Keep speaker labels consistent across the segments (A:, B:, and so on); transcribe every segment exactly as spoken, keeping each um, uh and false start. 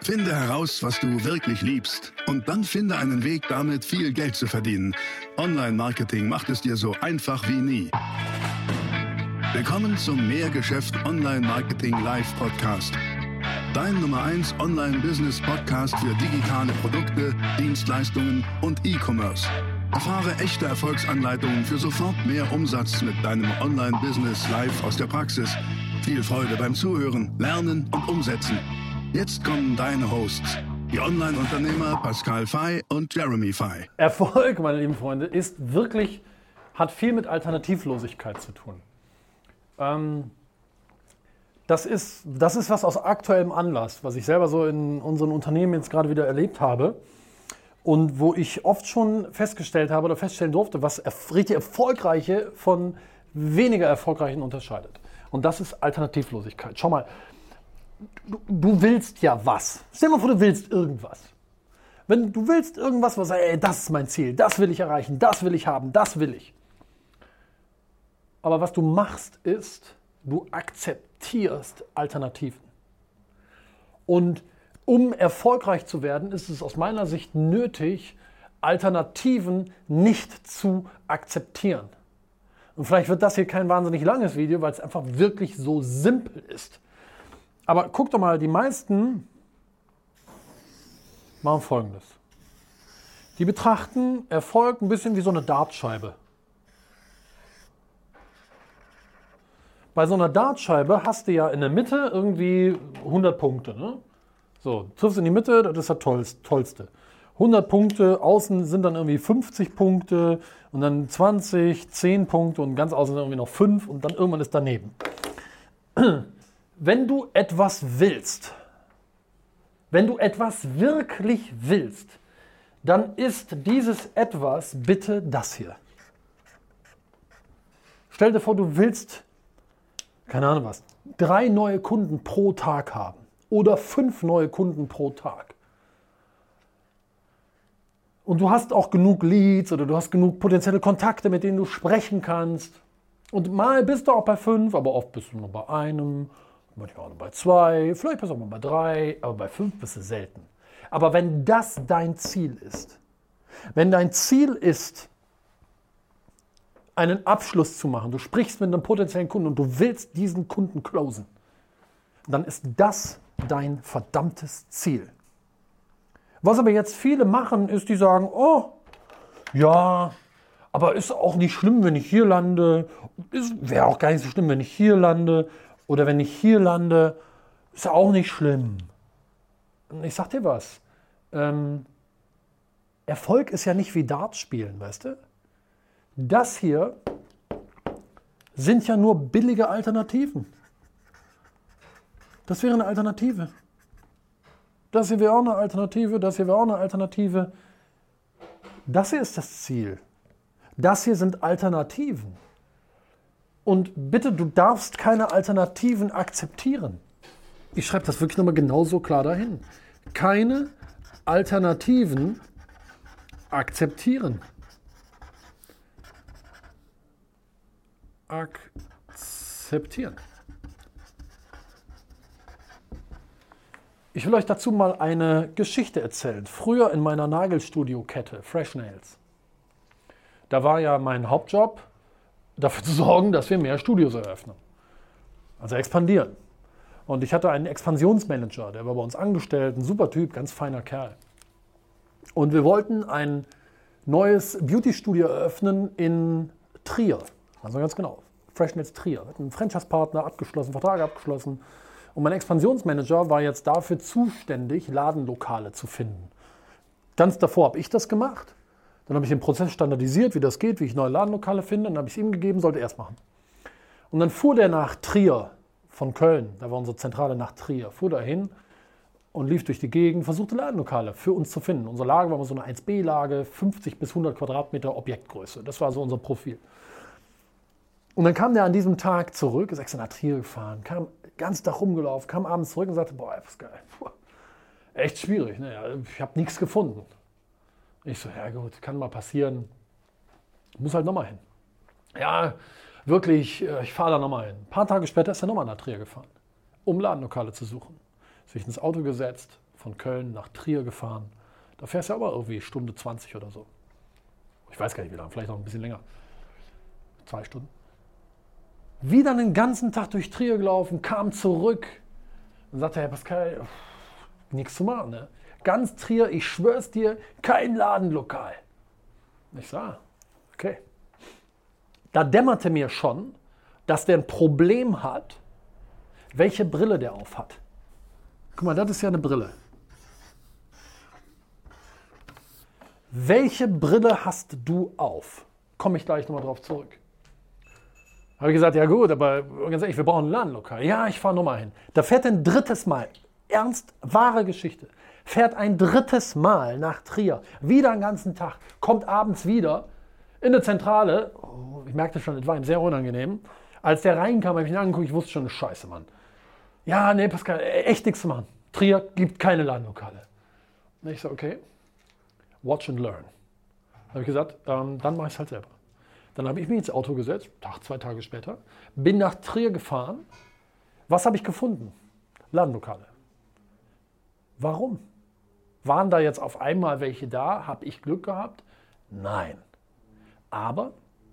A: Finde heraus, was du wirklich liebst und dann finde einen Weg, damit viel Geld zu verdienen. Online-Marketing macht es dir so einfach wie nie. Willkommen zum Mehrgeschäft Online-Marketing Live-Podcast. Dein Nummer eins Online-Business-Podcast für digitale Produkte, Dienstleistungen und E-Commerce. Erfahre echte Erfolgsanleitungen für sofort mehr Umsatz mit deinem Online-Business live aus der Praxis. Viel Freude beim Zuhören, Lernen und Umsetzen. Jetzt kommen deine Hosts, die Online-Unternehmer Pascal Fay und Jeremy Fay.
B: Erfolg, meine lieben Freunde, ist wirklich, hat viel mit Alternativlosigkeit zu tun. Ähm, das ist, das ist was aus aktuellem Anlass, was ich selber so in unseren Unternehmen jetzt gerade wieder erlebt habe und wo ich oft schon festgestellt habe oder feststellen durfte, was richtig Erfolgreiche von weniger Erfolgreichen unterscheidet. Und das ist Alternativlosigkeit. Schau mal. Du, du willst ja was. Stell dir mal vor, du willst irgendwas. Wenn du willst irgendwas, was sagt, ey, das ist mein Ziel, das will ich erreichen, das will ich haben, das will ich. Aber was du machst ist, du akzeptierst Alternativen. Und um erfolgreich zu werden, ist es aus meiner Sicht nötig, Alternativen nicht zu akzeptieren. Und vielleicht wird das hier kein wahnsinnig langes Video, weil es einfach wirklich so simpel ist. Aber guck doch mal, die meisten machen Folgendes. Die betrachten Erfolg ein bisschen wie so eine Dartscheibe. Bei so einer Dartscheibe hast du ja in der Mitte irgendwie hundert Punkte. Ne? So, triffst in die Mitte, das ist das Tollste. hundert Punkte, außen sind dann irgendwie fünfzig Punkte und dann zwanzig, zehn Punkte und ganz außen sind irgendwie noch fünf und dann irgendwann ist daneben. Wenn du etwas willst, wenn du etwas wirklich willst, dann ist dieses etwas bitte das hier. Stell dir vor, du willst, keine Ahnung was, drei neue Kunden pro Tag haben oder fünf neue Kunden pro Tag. Und du hast auch genug Leads oder du hast genug potenzielle Kontakte, mit denen du sprechen kannst. Und mal bist du auch bei fünf, aber oft bist du nur bei einem. Manchmal auch bei zwei, vielleicht bist du auch mal bei drei, aber bei fünf bist du selten. Aber wenn das dein Ziel ist, wenn dein Ziel ist, einen Abschluss zu machen, du sprichst mit einem potenziellen Kunden und du willst diesen Kunden closen, dann ist das dein verdammtes Ziel. Was aber jetzt viele machen, ist, die sagen, oh, ja, aber ist auch nicht schlimm, wenn ich hier lande, wäre auch gar nicht so schlimm, wenn ich hier lande. Oder wenn ich hier lande, ist ja auch nicht schlimm. Und ich sag dir was, ähm, Erfolg ist ja nicht wie Darts spielen, weißt du? Das hier sind ja nur billige Alternativen. Das wäre eine Alternative. Das hier wäre auch eine Alternative, das hier wäre auch eine Alternative. Das hier ist das Ziel. Das hier sind Alternativen. Und bitte, du darfst keine Alternativen akzeptieren. Ich schreibe das wirklich nochmal genauso klar dahin. Keine Alternativen akzeptieren. Akzeptieren. Ich will euch dazu mal eine Geschichte erzählen. Früher in meiner Nagelstudio-Kette, Fresh Nails. Da war ja mein Hauptjob, dafür zu sorgen, dass wir mehr Studios eröffnen. Also expandieren. Und ich hatte einen Expansionsmanager, der war bei uns angestellt, ein super Typ, ganz feiner Kerl. Und wir wollten ein neues Beauty-Studio eröffnen in Trier. Also ganz genau, Fresh Nails Trier. Wir hatten einen Franchise-Partner abgeschlossen, Vertrag abgeschlossen. Und mein Expansionsmanager war jetzt dafür zuständig, Ladenlokale zu finden. Ganz davor habe ich das gemacht. Dann habe ich den Prozess standardisiert, wie das geht, wie ich neue Ladenlokale finde. Dann habe ich es ihm gegeben, sollte er es machen. Und dann fuhr der nach Trier von Köln, da war unsere Zentrale nach Trier, fuhr da hin und lief durch die Gegend, versuchte Ladenlokale für uns zu finden. Unsere Lage war mal so eine eins B Lage, fünfzig bis hundert Quadratmeter Objektgröße. Das war so unser Profil. Und dann kam der an diesem Tag zurück, ist extra nach Trier gefahren, kam ganz Tag rumgelaufen, kam abends zurück und sagte, boah, das ist geil. Puh, echt schwierig, ne? Ich habe nichts gefunden. Ich so, ja gut, kann mal passieren. Muss halt nochmal hin. Ja, wirklich, ich fahre da nochmal hin. Ein paar Tage später ist er nochmal nach Trier gefahren, um Ladenlokale zu suchen. Sich ins Auto gesetzt, von Köln nach Trier gefahren. Da fährst du aber irgendwie Stunde zwanzig oder so. Ich weiß gar nicht wie lange, vielleicht noch ein bisschen länger. Zwei Stunden. Wieder den ganzen Tag durch Trier gelaufen, kam zurück und sagte, Herr Pascal, nichts zu machen. Ne? Ganz Trier, ich schwör's dir, kein Ladenlokal. Ich sag, okay. Da dämmerte mir schon, dass der ein Problem hat, welche Brille der auf hat. Guck mal, das ist ja eine Brille. Welche Brille hast du auf? Komme ich gleich nochmal drauf zurück. Habe ich gesagt, ja gut, aber ganz ehrlich, wir brauchen ein Ladenlokal. Ja, ich fahre nochmal hin. Da fährt ein drittes Mal, ernst, wahre Geschichte, fährt ein drittes Mal nach Trier, wieder den ganzen Tag, kommt abends wieder in der Zentrale. Oh, ich merkte schon, es war ihm sehr unangenehm. Als der reinkam, habe ich ihn angeguckt, ich wusste schon, Scheiße, Mann. Ja, nee, Pascal, echt nichts zu machen. Trier gibt keine Ladenlokale. Und ich so, okay, watch and learn. Da habe ich gesagt, ähm, dann mache ich es halt selber. Dann habe ich mich ins Auto gesetzt, Tag, zwei Tage später, bin nach Trier gefahren. Was habe ich gefunden? Ladenlokale. Warum? Waren da jetzt auf einmal welche da? Habe ich Glück gehabt? Nein. Aber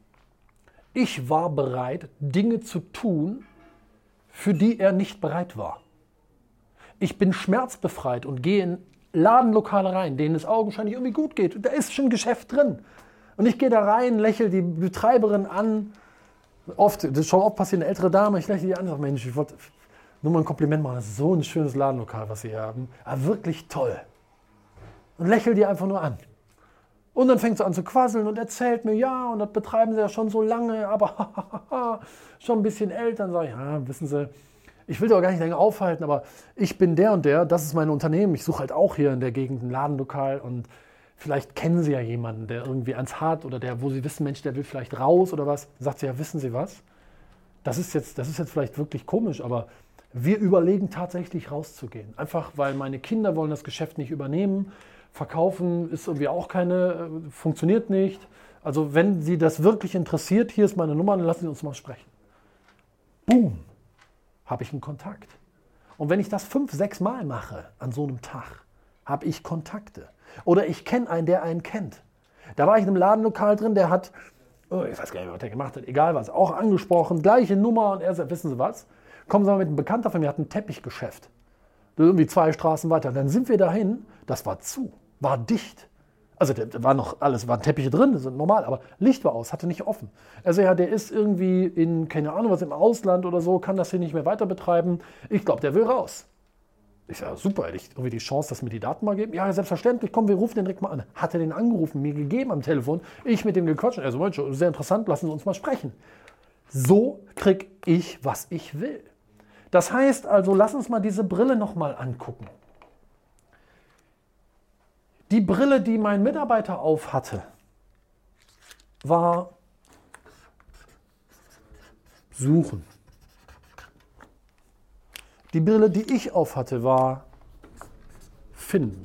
B: ich war bereit, Dinge zu tun, für die er nicht bereit war. Ich bin schmerzbefreit und gehe in Ladenlokale rein, denen es augenscheinlich irgendwie gut geht. Und da ist schon Geschäft drin. Und ich gehe da rein, lächle die Betreiberin an. Oft, das ist schon oft passiert, eine ältere Dame, ich lächle die an und sage, Mensch, ich wollte nur mal ein Kompliment machen. Das ist so ein schönes Ladenlokal, was Sie hier haben. Aber wirklich toll. Und lächle die einfach nur an. Und dann fängt sie an zu quasseln und erzählt mir, ja, und das betreiben sie ja schon so lange, aber schon ein bisschen älter. Dann sage ich, ja, wissen Sie, ich will doch gar nicht länger aufhalten, aber ich bin der und der, das ist mein Unternehmen. Ich suche halt auch hier in der Gegend ein Ladenlokal und vielleicht kennen Sie ja jemanden, der irgendwie eins hat oder der, wo Sie wissen, Mensch, der will vielleicht raus oder was. Dann sagt sie, ja, wissen Sie was? Das ist jetzt, das ist jetzt vielleicht wirklich komisch, aber wir überlegen tatsächlich rauszugehen. Einfach, weil meine Kinder wollen das Geschäft nicht übernehmen. Verkaufen ist irgendwie auch keine, funktioniert nicht. Also wenn Sie das wirklich interessiert, hier ist meine Nummer, dann lassen Sie uns mal sprechen. Boom, habe ich einen Kontakt. Und wenn ich das fünf, sechs Mal mache an so einem Tag, habe ich Kontakte. Oder ich kenne einen, der einen kennt. Da war ich in einem Ladenlokal drin, der hat, oh, ich weiß gar nicht, was der gemacht hat, egal was, auch angesprochen, gleiche Nummer und er sagt, wissen Sie was? Kommen Sie mal mit einem Bekannter von mir, hat ein Teppichgeschäft. Irgendwie zwei Straßen weiter. Dann sind wir dahin, das war zu, war dicht. Also da war noch alles, waren Teppiche drin, das ist normal, aber Licht war aus, hatte nicht offen. Also ja, der ist irgendwie in, keine Ahnung was, im Ausland oder so, kann das hier nicht mehr weiter betreiben. Ich glaube, der will raus. Ich sage, super, hätte ich irgendwie die Chance, dass mir die Daten mal geben? Ja, selbstverständlich, komm, wir rufen den direkt mal an. Hat er den angerufen, mir gegeben am Telefon, ich mit dem gequatscht. Er so, Mensch, sehr interessant, lassen Sie uns mal sprechen. So kriege ich, was ich will. Das heißt also, lass uns mal diese Brille nochmal angucken. Die Brille, die mein Mitarbeiter auf hatte, war suchen. Die Brille, die ich auf hatte, war finden.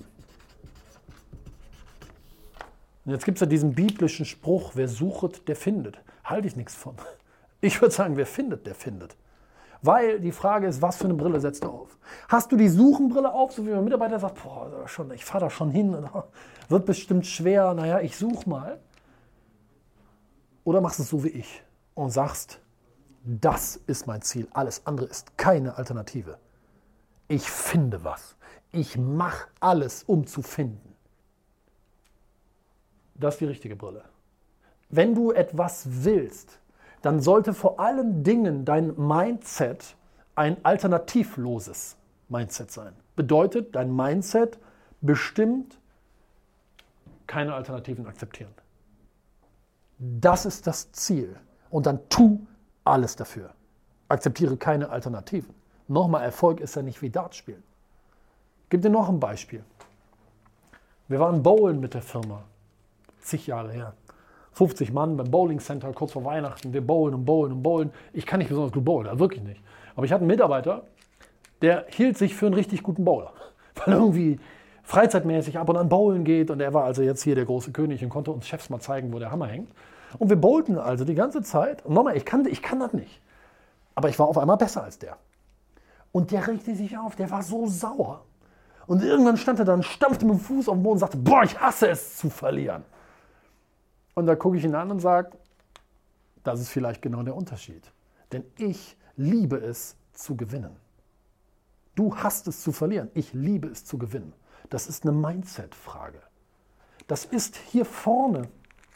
B: Und jetzt gibt es ja diesen biblischen Spruch, wer sucht, der findet. Halte ich nichts von. Ich würde sagen, wer findet, der findet. Weil die Frage ist, was für eine Brille setzt du auf? Hast du die Suchenbrille auf, so wie mein Mitarbeiter sagt, boah, schon, ich fahre da schon hin, wird bestimmt schwer, naja, ich suche mal. Oder machst du es so wie ich und sagst, das ist mein Ziel, alles andere ist keine Alternative. Ich finde was. Ich mache alles, um zu finden. Das ist die richtige Brille. Wenn du etwas willst, dann sollte vor allen Dingen dein Mindset ein alternativloses Mindset sein. Bedeutet, dein Mindset bestimmt keine Alternativen akzeptieren. Das ist das Ziel. Und dann tu alles dafür. Akzeptiere keine Alternativen. Nochmal, Erfolg ist ja nicht wie Dart spielen. Ich gebe dir noch ein Beispiel. Wir waren bowlen mit der Firma. Zig Jahre her. fünfzig Mann beim Bowling Center, kurz vor Weihnachten. Wir bowlen und bowlen und bowlen. Ich kann nicht besonders gut bowlen, also wirklich nicht. Aber ich hatte einen Mitarbeiter, der hielt sich für einen richtig guten Bowler. Weil irgendwie freizeitmäßig ab und an bowlen geht. Und er war also jetzt hier der große König und konnte uns Chefs mal zeigen, wo der Hammer hängt. Und wir bowlten also die ganze Zeit. Und nochmal, ich kann, ich kann das nicht. Aber ich war auf einmal besser als der. Und der regte sich auf, der war so sauer. Und irgendwann stand er dann, stampfte mit dem Fuß auf den Boden und sagte, boah, ich hasse es zu verlieren. Und da gucke ich ihn an und sage, das ist vielleicht genau der Unterschied. Denn ich liebe es zu gewinnen. Du hasst es zu verlieren. Ich liebe es zu gewinnen. Das ist eine Mindset-Frage. Das ist hier vorne.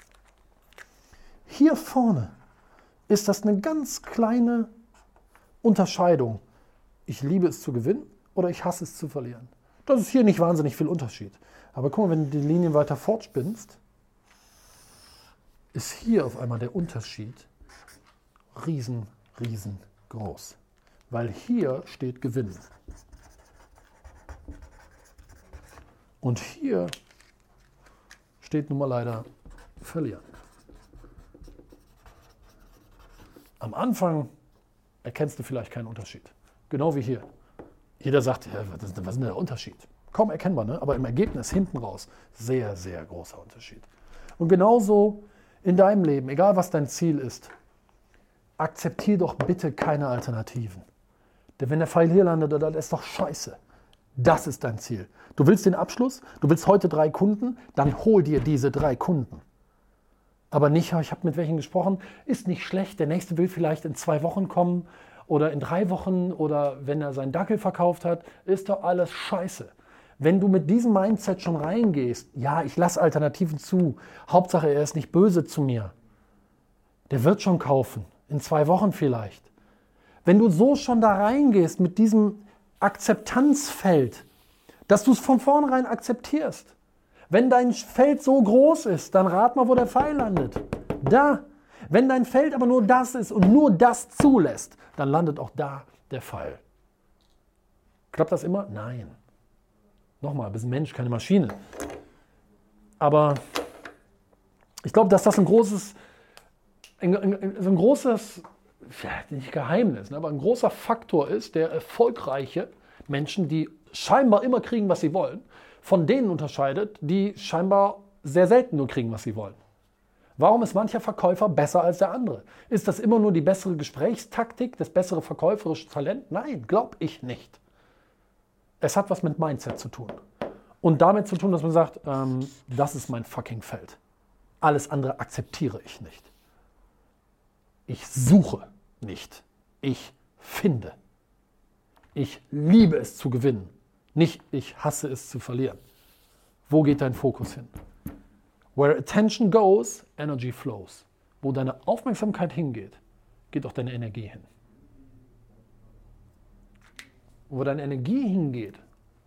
B: Hier vorne ist das eine ganz kleine Unterscheidung. Ich liebe es zu gewinnen oder ich hasse es zu verlieren. Das ist hier nicht wahnsinnig viel Unterschied. Aber guck mal, wenn du die Linien weiter fortspinnst, ist hier auf einmal der Unterschied riesen, riesengroß. Weil hier steht Gewinnen. Und hier steht nun mal leider Verlieren. Am Anfang erkennst du vielleicht keinen Unterschied. Genau wie hier. Jeder sagt, ja, was ist denn der Unterschied? Kaum erkennbar, ne? Aber im Ergebnis hinten raus sehr, sehr großer Unterschied. Und genauso in deinem Leben, egal was dein Ziel ist, akzeptier doch bitte keine Alternativen. Denn wenn der Pfeil hier landet, das ist doch scheiße. Das ist dein Ziel. Du willst den Abschluss, du willst heute drei Kunden, dann hol dir diese drei Kunden. Aber nicht, ich habe mit welchen gesprochen, ist nicht schlecht, der nächste will vielleicht in zwei Wochen kommen oder in drei Wochen oder wenn er seinen Dackel verkauft hat, ist doch alles scheiße. Wenn du mit diesem Mindset schon reingehst, ja, ich lasse Alternativen zu, Hauptsache er ist nicht böse zu mir, der wird schon kaufen, in zwei Wochen vielleicht. Wenn du so schon da reingehst mit diesem Akzeptanzfeld, dass du es von vornherein akzeptierst. Wenn dein Feld so groß ist, dann rat mal, wo der Pfeil landet. Da. Wenn dein Feld aber nur das ist und nur das zulässt, dann landet auch da der Pfeil. Klappt das immer? Nein. Nochmal, bist ein Mensch, keine Maschine. Aber ich glaube, dass das ein großes, ein, ein, so ein großes, ja, nicht Geheimnis, aber ein großer Faktor ist, der erfolgreiche Menschen, die scheinbar immer kriegen, was sie wollen, von denen unterscheidet, die scheinbar sehr selten nur kriegen, was sie wollen. Warum ist mancher Verkäufer besser als der andere? Ist das immer nur die bessere Gesprächstaktik, das bessere verkäuferische Talent? Nein, glaube ich nicht. Es hat was mit Mindset zu tun. Und damit zu tun, dass man sagt, ähm, das ist mein fucking Feld. Alles andere akzeptiere ich nicht. Ich suche nicht. Ich finde. Ich liebe es zu gewinnen. Nicht, ich hasse es zu verlieren. Wo geht dein Fokus hin? Where attention goes, energy flows. Wo deine Aufmerksamkeit hingeht, geht auch deine Energie hin. Wo deine Energie hingeht,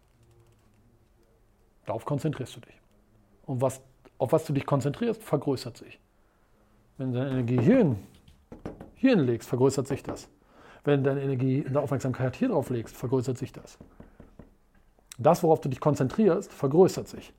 B: darauf konzentrierst du dich. Und was, auf was du dich konzentrierst, vergrößert sich. Wenn du deine Energie hierhin, hierhin legst, vergrößert sich das. Wenn du deine Energie in der Aufmerksamkeit hier drauf legst, vergrößert sich das. Das, worauf du dich konzentrierst, vergrößert sich.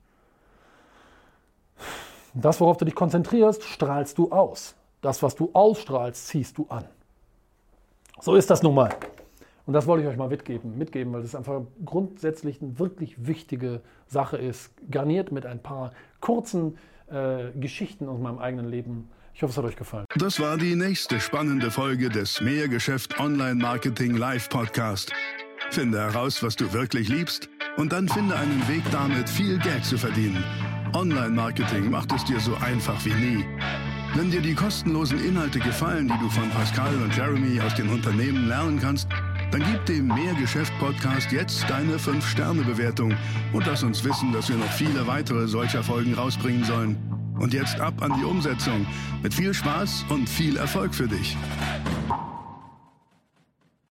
B: Das, worauf du dich konzentrierst, strahlst du aus. Das, was du ausstrahlst, ziehst du an. So ist das nun mal. Und das wollte ich euch mal mitgeben, mitgeben, weil das einfach grundsätzlich eine wirklich wichtige Sache ist, garniert mit ein paar kurzen äh, Geschichten aus meinem eigenen Leben. Ich hoffe, es hat euch gefallen.
A: Das war die nächste spannende Folge des Mehrgeschäft Online Marketing Live Podcast. Finde heraus, was du wirklich liebst und dann finde einen Weg damit, viel Geld zu verdienen. Online-Marketing macht es dir so einfach wie nie. Wenn dir die kostenlosen Inhalte gefallen, die du von Pascal und Jeremy aus den Unternehmen lernen kannst, dann gib dem Mehrgeschäft-Podcast jetzt deine fünf Sterne Bewertung und lass uns wissen, dass wir noch viele weitere solcher Folgen rausbringen sollen. Und jetzt ab an die Umsetzung. Mit viel Spaß und viel Erfolg für dich.